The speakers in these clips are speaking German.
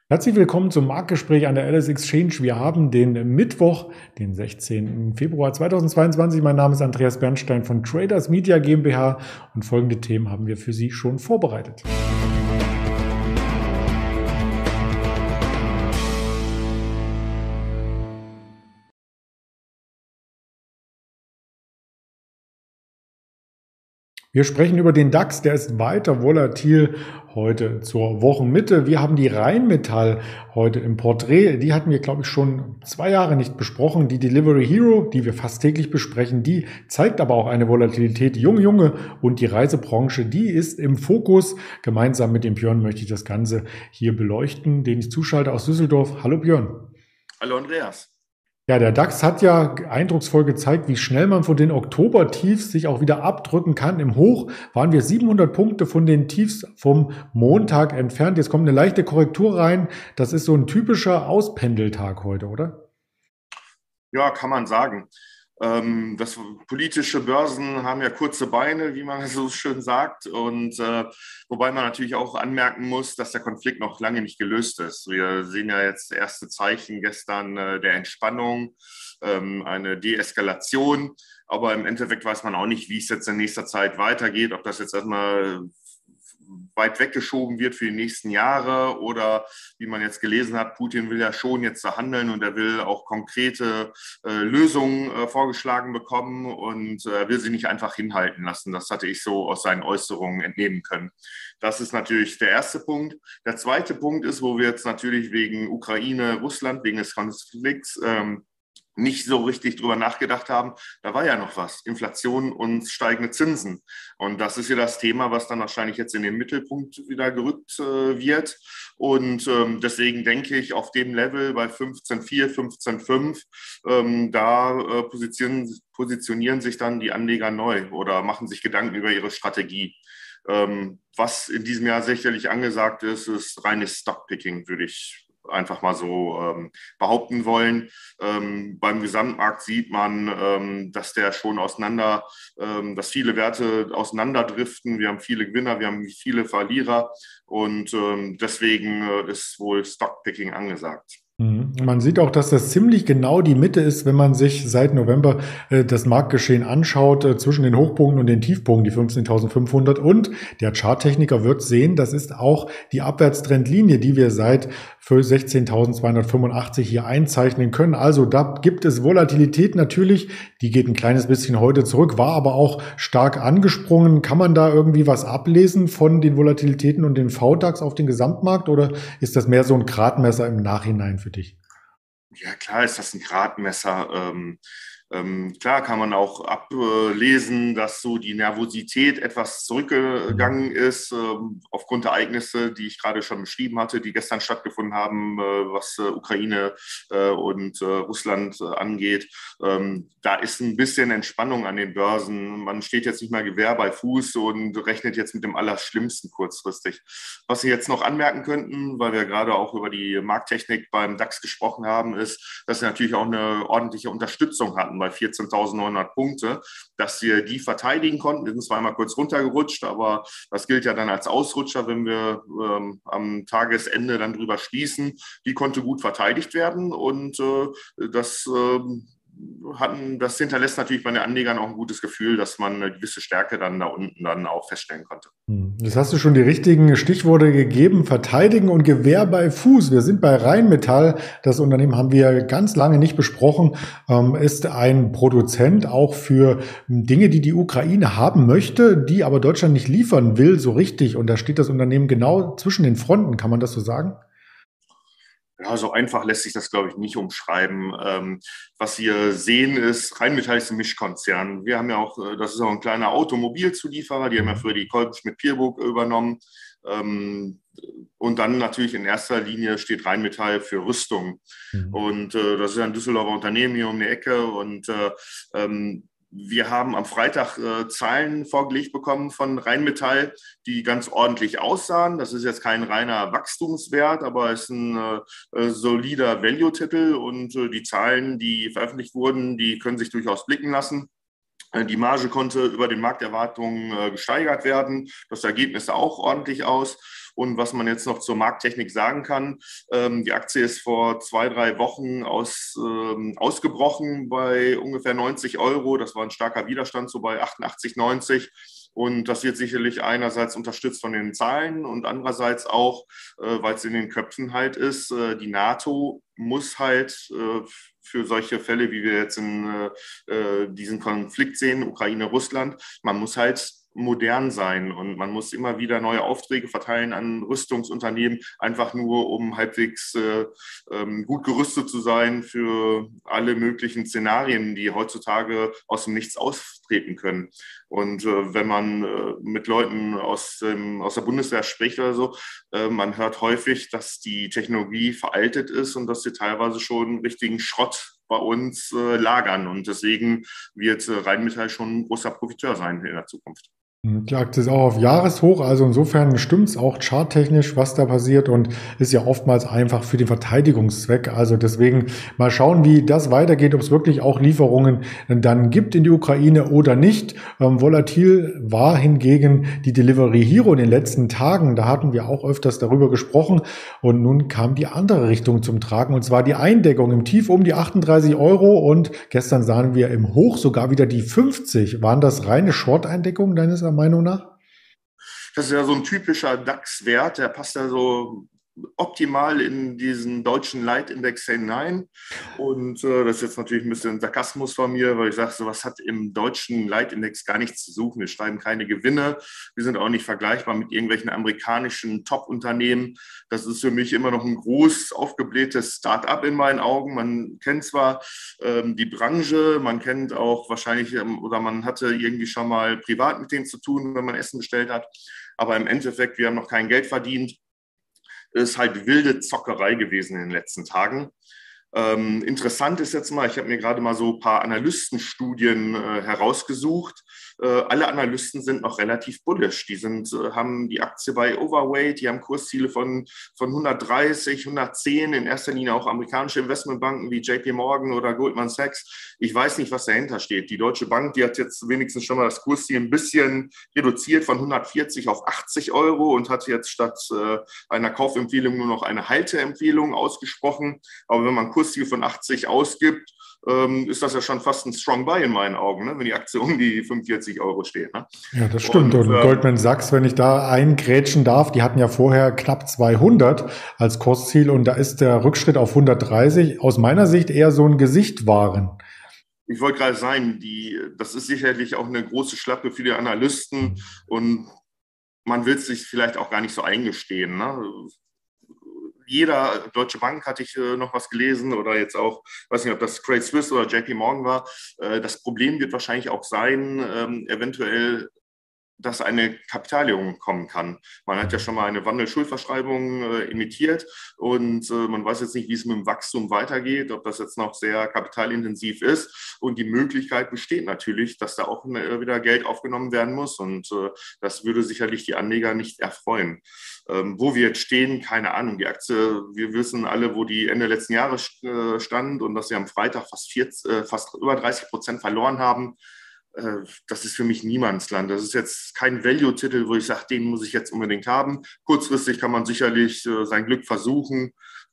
Herzlich willkommen zum Marktgespräch an der LS Exchange. Wir haben den Mittwoch, den 16. Februar 2022. Mein Name ist Andreas Bernstein von Traders Media GmbH und folgende Themen haben wir für Sie schon vorbereitet. Wir sprechen über den DAX, der ist weiter volatil heute zur Wochenmitte. Wir haben die Rheinmetall heute im Porträt. Die hatten wir, glaube ich, schon 2 Jahre nicht besprochen. Die Delivery Hero, die wir fast täglich besprechen, die zeigt aber auch eine Volatilität. Junge und die Reisebranche, die ist im Fokus. Gemeinsam mit dem Björn möchte ich das Ganze hier beleuchten, den ich zuschalte aus Düsseldorf. Hallo Björn. Hallo Andreas. Ja, der DAX hat ja eindrucksvoll gezeigt, wie schnell man von den Oktobertiefs sich auch wieder abdrücken kann. Im Hoch waren wir 700 Punkte von den Tiefs vom Montag entfernt. Jetzt kommt eine leichte Korrektur rein. Das ist so ein typischer Auspendeltag heute, oder? Ja, kann man sagen. Das politische Börsen haben ja kurze Beine, wie man so schön sagt. Und wobei man natürlich auch anmerken muss, dass der Konflikt noch lange nicht gelöst ist. Wir sehen ja jetzt erste Zeichen gestern der Entspannung, eine Deeskalation. Aber im Endeffekt weiß man auch nicht, wie es jetzt in nächster Zeit weitergeht, ob das jetzt erstmal weit weggeschoben wird für die nächsten Jahre oder wie man jetzt gelesen hat, Putin will ja schon jetzt handeln und er will auch konkrete Lösungen vorgeschlagen bekommen und er will sie nicht einfach hinhalten lassen. Das hatte ich so aus seinen Äußerungen entnehmen können. Das ist natürlich der erste Punkt. Der zweite Punkt ist, wo wir jetzt natürlich wegen Ukraine, Russland, wegen des Konflikts nicht so richtig drüber nachgedacht haben, da war ja noch was, Inflation und steigende Zinsen. Und das ist ja das Thema, was dann wahrscheinlich jetzt in den Mittelpunkt wieder gerückt wird. Und deswegen denke ich, auf dem Level bei 15,4, 15,5, da positionieren sich dann die Anleger neu oder machen sich Gedanken über ihre Strategie. Was in diesem Jahr sicherlich angesagt ist, ist reines Stockpicking, würde ich einfach mal so behaupten wollen. Beim Gesamtmarkt sieht man, dass der schon dass viele Werte auseinanderdriften. Wir haben viele Gewinner, wir haben viele Verlierer und deswegen ist wohl Stockpicking angesagt. Man sieht auch, dass das ziemlich genau die Mitte ist, wenn man sich seit November das Marktgeschehen anschaut, zwischen den Hochpunkten und den Tiefpunkten, die 15.500. Und der Charttechniker wird sehen, das ist auch die Abwärtstrendlinie, die wir seit 16.285 hier einzeichnen können. Also da gibt es Volatilität natürlich, die geht ein kleines bisschen heute zurück, war aber auch stark angesprungen. Kann man da irgendwie was ablesen von den Volatilitäten und den VDAX auf den Gesamtmarkt oder ist das mehr so ein Gradmesser im Nachhinein für dich? Ja, klar ist das ein Gradmesser. Klar kann man auch ablesen, dass so die Nervosität etwas zurückgegangen ist, aufgrund der Ereignisse, die ich gerade schon beschrieben hatte, die gestern stattgefunden haben, was Ukraine und Russland angeht. Da ist ein bisschen Entspannung an den Börsen. Man steht jetzt nicht mehr Gewehr bei Fuß und rechnet jetzt mit dem Allerschlimmsten kurzfristig. Was Sie jetzt noch anmerken könnten, weil wir gerade auch über die Markttechnik beim DAX gesprochen haben, ist, dass sie natürlich auch eine ordentliche Unterstützung hatten bei 14.900 Punkte, dass wir die verteidigen konnten. Wir sind zwar einmal kurz runtergerutscht, aber das gilt ja dann als Ausrutscher, wenn wir am Tagesende dann drüber schließen. Die konnte gut verteidigt werden und das hinterlässt natürlich bei den Anlegern auch ein gutes Gefühl, dass man eine gewisse Stärke dann da unten dann auch feststellen konnte. Jetzt hast du schon die richtigen Stichworte gegeben. Verteidigen und Gewehr bei Fuß. Wir sind bei Rheinmetall. Das Unternehmen haben wir ganz lange nicht besprochen. Ist ein Produzent auch für Dinge, die die Ukraine haben möchte, die aber Deutschland nicht liefern will, so richtig. Und da steht das Unternehmen genau zwischen den Fronten. Kann man das so sagen? Ja, so einfach lässt sich das, glaube ich, nicht umschreiben. Was wir sehen ist, Rheinmetall ist ein Mischkonzern. Wir haben ja auch, das ist auch ein kleiner Automobilzulieferer, die haben ja früher die Kolb-Schmidt-Pierburg übernommen. Und dann natürlich in erster Linie steht Rheinmetall für Rüstung. Mhm. Und das ist ein Düsseldorfer Unternehmen hier um die Ecke. Und wir haben am Freitag Zahlen vorgelegt bekommen von Rheinmetall, die ganz ordentlich aussahen. Das ist jetzt kein reiner Wachstumswert, aber es ist ein solider Value-Titel und die Zahlen, die veröffentlicht wurden, die können sich durchaus blicken lassen. Die Marge konnte über den Markterwartungen gesteigert werden. Das Ergebnis sah auch ordentlich aus. Und was man jetzt noch zur Markttechnik sagen kann, die Aktie ist vor 2, 3 Wochen ausgebrochen bei ungefähr 90 Euro. Das war ein starker Widerstand, so bei 88, 90. Und das wird sicherlich einerseits unterstützt von den Zahlen und andererseits auch, weil es in den Köpfen halt ist, die NATO muss halt für solche Fälle, wie wir jetzt in diesen Konflikt sehen, Ukraine, Russland, man muss halt modern sein und man muss immer wieder neue Aufträge verteilen an Rüstungsunternehmen, einfach nur um halbwegs gut gerüstet zu sein für alle möglichen Szenarien, die heutzutage aus dem Nichts austreten können. Und wenn man mit Leuten aus der Bundeswehr spricht oder so, man hört häufig, dass die Technologie veraltet ist und dass sie teilweise schon richtigen Schrott bei uns lagern. Und deswegen wird Rheinmetall schon ein großer Profiteur sein in der Zukunft. Die Aktie ist auch auf Jahreshoch, also insofern stimmt es auch charttechnisch, was da passiert und ist ja oftmals einfach für den Verteidigungszweck. Also deswegen mal schauen, wie das weitergeht, ob es wirklich auch Lieferungen dann gibt in die Ukraine oder nicht. Volatil war hingegen die Delivery Hero in den letzten Tagen. Da hatten wir auch öfters darüber gesprochen und nun kam die andere Richtung zum Tragen und zwar die Eindeckung im Tief um die 38 Euro und gestern sahen wir im Hoch sogar wieder die 50. Waren das reine Short-Eindeckungen deines Meinung nach? Das ist ja so ein typischer DAX-Wert, der passt ja so optimal in diesen deutschen Leitindex hinein. Und das ist jetzt natürlich ein bisschen Sarkasmus von mir, weil ich sage, sowas hat im deutschen Leitindex gar nichts zu suchen. Wir schreiben keine Gewinne. Wir sind auch nicht vergleichbar mit irgendwelchen amerikanischen Top-Unternehmen. Das ist für mich immer noch ein groß aufgeblähtes Start-up in meinen Augen. Man kennt zwar die Branche, man kennt auch wahrscheinlich oder man hatte irgendwie schon mal privat mit denen zu tun, wenn man Essen bestellt hat. Aber im Endeffekt, wir haben noch kein Geld verdient. Ist halt wilde Zockerei gewesen in den letzten Tagen. Interessant ist jetzt mal, ich habe mir gerade mal so ein paar Analystenstudien herausgesucht. Alle Analysten sind noch relativ bullish. Die haben die Aktie bei Overweight, die haben Kursziele von 130, 110, in erster Linie auch amerikanische Investmentbanken wie JP Morgan oder Goldman Sachs. Ich weiß nicht, was dahinter steht. Die Deutsche Bank, die hat jetzt wenigstens schon mal das Kursziel ein bisschen reduziert von 140 auf 80 Euro und hat jetzt statt einer Kaufempfehlung nur noch eine Halteempfehlung ausgesprochen. Aber wenn man Kursziel von 80 ausgibt, ist das ja schon fast ein Strong Buy in meinen Augen, ne? Wenn die Aktie um die 45 Euro steht. Ne? Ja, das stimmt. Und Goldman Sachs, wenn ich da eingrätschen darf, die hatten ja vorher knapp 200 als Kursziel und da ist der Rückschritt auf 130 aus meiner Sicht eher so ein Gesicht wahren. Ich wollte gerade sagen, das ist sicherlich auch eine große Schlappe für die Analysten und man will es sich vielleicht auch gar nicht so eingestehen. Ne? Deutsche Bank hatte ich noch was gelesen oder jetzt auch, weiß nicht, ob das Credit Suisse oder JP Morgan war. Das Problem wird wahrscheinlich auch sein, eventuell, dass eine Kapitalerhöhung kommen kann. Man hat ja schon mal eine Wandelschuldverschreibung emittiert und man weiß jetzt nicht, wie es mit dem Wachstum weitergeht, ob das jetzt noch sehr kapitalintensiv ist. Und die Möglichkeit besteht natürlich, dass da auch wieder Geld aufgenommen werden muss und das würde sicherlich die Anleger nicht erfreuen. Wo wir jetzt stehen, keine Ahnung. Die Aktie, wir wissen alle, wo die Ende letzten Jahres stand und dass sie am Freitag fast über 30% verloren haben. Das ist für mich Niemandsland. Das ist jetzt kein Value-Titel, wo ich sage, den muss ich jetzt unbedingt haben. Kurzfristig kann man sicherlich sein Glück versuchen,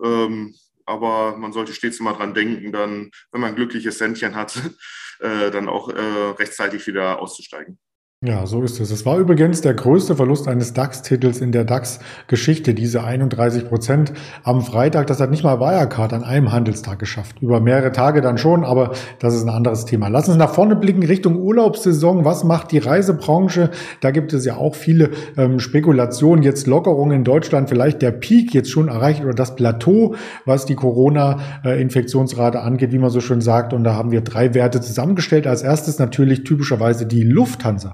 aber man sollte stets immer dran denken, dann, wenn man ein glückliches Centchen hat, dann auch rechtzeitig wieder auszusteigen. Ja, so ist es. Es war übrigens der größte Verlust eines DAX-Titels in der DAX-Geschichte, diese 31% am Freitag. Das hat nicht mal Wirecard an einem Handelstag geschafft. Über mehrere Tage dann schon, aber das ist ein anderes Thema. Lass uns nach vorne blicken Richtung Urlaubssaison. Was macht die Reisebranche? Da gibt es ja auch viele Spekulationen. Jetzt Lockerungen in Deutschland, vielleicht der Peak jetzt schon erreicht oder das Plateau, was die Corona-Infektionsrate angeht, wie man so schön sagt. Und da haben wir 3 Werte zusammengestellt. Als erstes natürlich typischerweise die Lufthansa.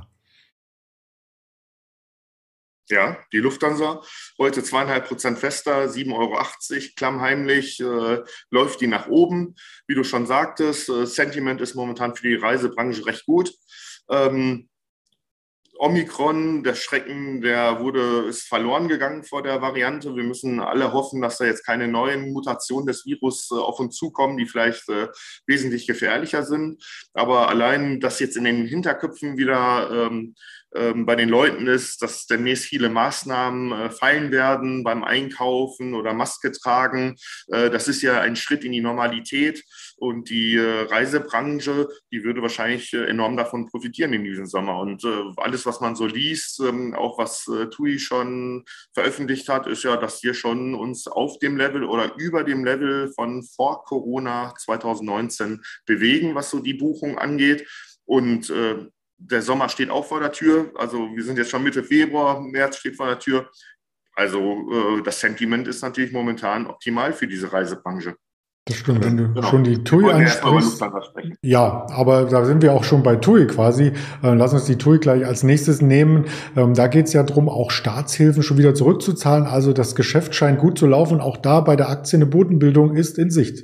Ja, die Lufthansa, heute 2,5% fester, 7,80 Euro, klammheimlich läuft die nach oben. Wie du schon sagtest, Sentiment ist momentan für die Reisebranche recht gut. Omikron, der Schrecken, ist verloren gegangen vor der Variante. Wir müssen alle hoffen, dass da jetzt keine neuen Mutationen des Virus auf uns zukommen, die vielleicht wesentlich gefährlicher sind. Aber allein, dass jetzt in den Hinterköpfen wieder bei den Leuten ist, dass demnächst viele Maßnahmen fallen werden beim Einkaufen oder Maske tragen. Das ist ja ein Schritt in die Normalität und die Reisebranche, die würde wahrscheinlich enorm davon profitieren in diesem Sommer. Und alles, was man so liest, auch was TUI schon veröffentlicht hat, ist ja, dass wir schon uns auf dem Level oder über dem Level von vor Corona 2019 bewegen, was so die Buchung angeht. Und der Sommer steht auch vor der Tür. Also wir sind jetzt schon Mitte Februar, März steht vor der Tür. Also das Sentiment ist natürlich momentan optimal für diese Reisebranche. Das stimmt, wenn du schon die TUI ansprichst. Ja, aber da sind wir auch schon bei TUI quasi. Lass uns die TUI gleich als nächstes nehmen. Da geht es ja darum, auch Staatshilfen schon wieder zurückzuzahlen. Also das Geschäft scheint gut zu laufen. Auch da bei der Aktien eine Bodenbildung ist in Sicht.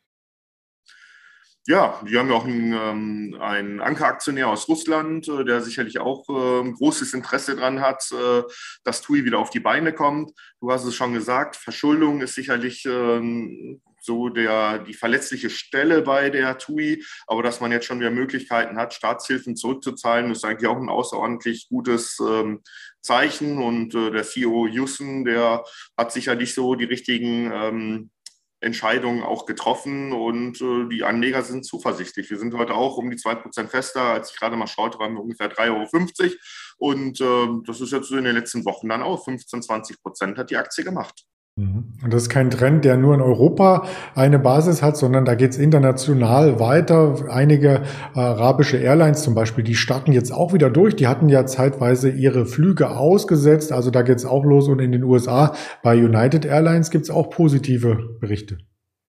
Ja, wir haben ja auch einen Ankeraktionär aus Russland, der sicherlich auch großes Interesse daran hat, dass TUI wieder auf die Beine kommt. Du hast es schon gesagt, Verschuldung ist sicherlich so die verletzliche Stelle bei der TUI. Aber dass man jetzt schon wieder Möglichkeiten hat, Staatshilfen zurückzuzahlen, ist eigentlich auch ein außerordentlich gutes Zeichen. Und der CEO Jussen, der hat sicherlich so die richtigen Entscheidungen auch getroffen und die Anleger sind zuversichtlich. Wir sind heute auch um die 2% fester. Als ich gerade mal schaute, waren wir ungefähr 3,50 € und das ist jetzt so in den letzten Wochen dann auch 15-20% hat die Aktie gemacht. Und das ist kein Trend, der nur in Europa eine Basis hat, sondern da geht es international weiter. Einige arabische Airlines zum Beispiel, die starten jetzt auch wieder durch. Die hatten ja zeitweise ihre Flüge ausgesetzt. Also da geht es auch los. Und in den USA bei United Airlines gibt es auch positive Berichte.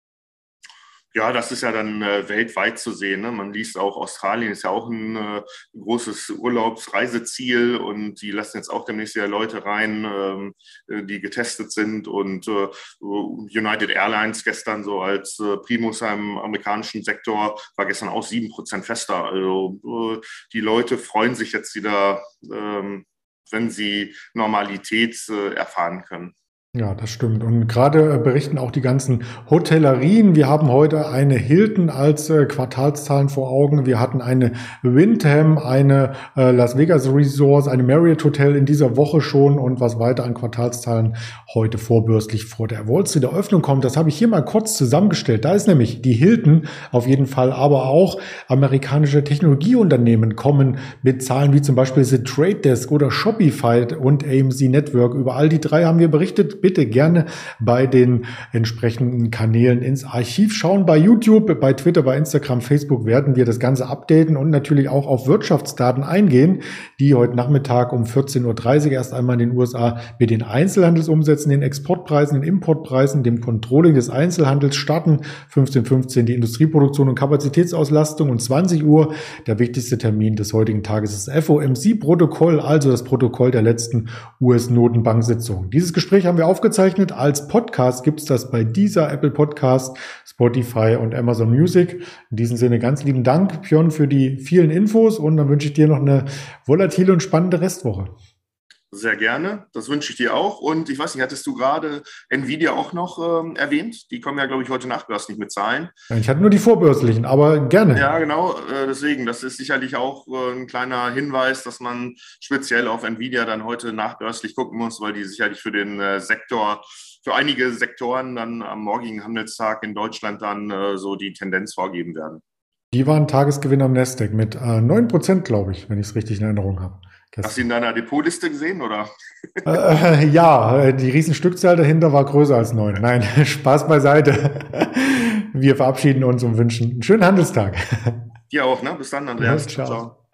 Ja, das ist ja dann weltweit zu sehen. Ne? Man liest auch, Australien ist ja auch ein großes Urlaubsreiseziel und die lassen jetzt auch demnächst wieder Leute rein, die getestet sind. Und United Airlines gestern so als Primus im amerikanischen Sektor war gestern auch 7% fester. Also die Leute freuen sich jetzt wieder, wenn sie Normalität erfahren können. Ja, das stimmt. Und gerade berichten auch die ganzen Hotellerien. Wir haben heute eine Hilton als Quartalszahlen vor Augen. Wir hatten eine Wyndham, eine Las Vegas Resorts, eine Marriott Hotel in dieser Woche schon. Und was weiter an Quartalszahlen heute vorbörslich vor der Wall Street Eröffnung kommt, das habe ich hier mal kurz zusammengestellt. Da ist nämlich die Hilton auf jeden Fall, aber auch amerikanische Technologieunternehmen kommen mit Zahlen wie zum Beispiel The Trade Desk oder Shopify und AMC Network. Über all die drei haben wir berichtet. Bitte gerne bei den entsprechenden Kanälen ins Archiv schauen. Bei YouTube, bei Twitter, bei Instagram, Facebook werden wir das Ganze updaten und natürlich auch auf Wirtschaftsdaten eingehen, die heute Nachmittag um 14:30 Uhr erst einmal in den USA mit den Einzelhandelsumsätzen, den Exportpreisen, den Importpreisen, dem Controlling des Einzelhandels starten. 15:15 Uhr die Industrieproduktion und Kapazitätsauslastung und 20 Uhr der wichtigste Termin des heutigen Tages ist das FOMC-Protokoll, also das Protokoll der letzten US-Notenbank-Sitzung. Dieses Gespräch haben wir aufgezeichnet. Als Podcast gibt es das bei dieser Apple Podcast, Spotify und Amazon Music. In diesem Sinne ganz lieben Dank, Björn, für die vielen Infos und dann wünsche ich dir noch eine volatile und spannende Restwoche. Sehr gerne, das wünsche ich dir auch. Und ich weiß nicht, hattest du gerade Nvidia auch noch erwähnt? Die kommen ja, glaube ich, heute nachbörslich mit Zahlen. Ich hatte nur die vorbörslichen, aber gerne. Ja, genau, deswegen, das ist sicherlich auch ein kleiner Hinweis, dass man speziell auf Nvidia dann heute nachbörslich gucken muss, weil die sicherlich für den Sektor, für einige Sektoren dann am morgigen Handelstag in Deutschland dann so die Tendenz vorgeben werden. Die waren Tagesgewinn am Nasdaq mit 9%, glaube ich, wenn ich es richtig in Erinnerung habe. Hast du in deiner Depotliste gesehen, oder? Ja, die Riesenstückzahl dahinter war größer als 9. Nein, Spaß beiseite. Wir verabschieden uns und wünschen einen schönen Handelstag. Dir auch, ne? Bis dann, Andreas. Ja, ciao. Ciao.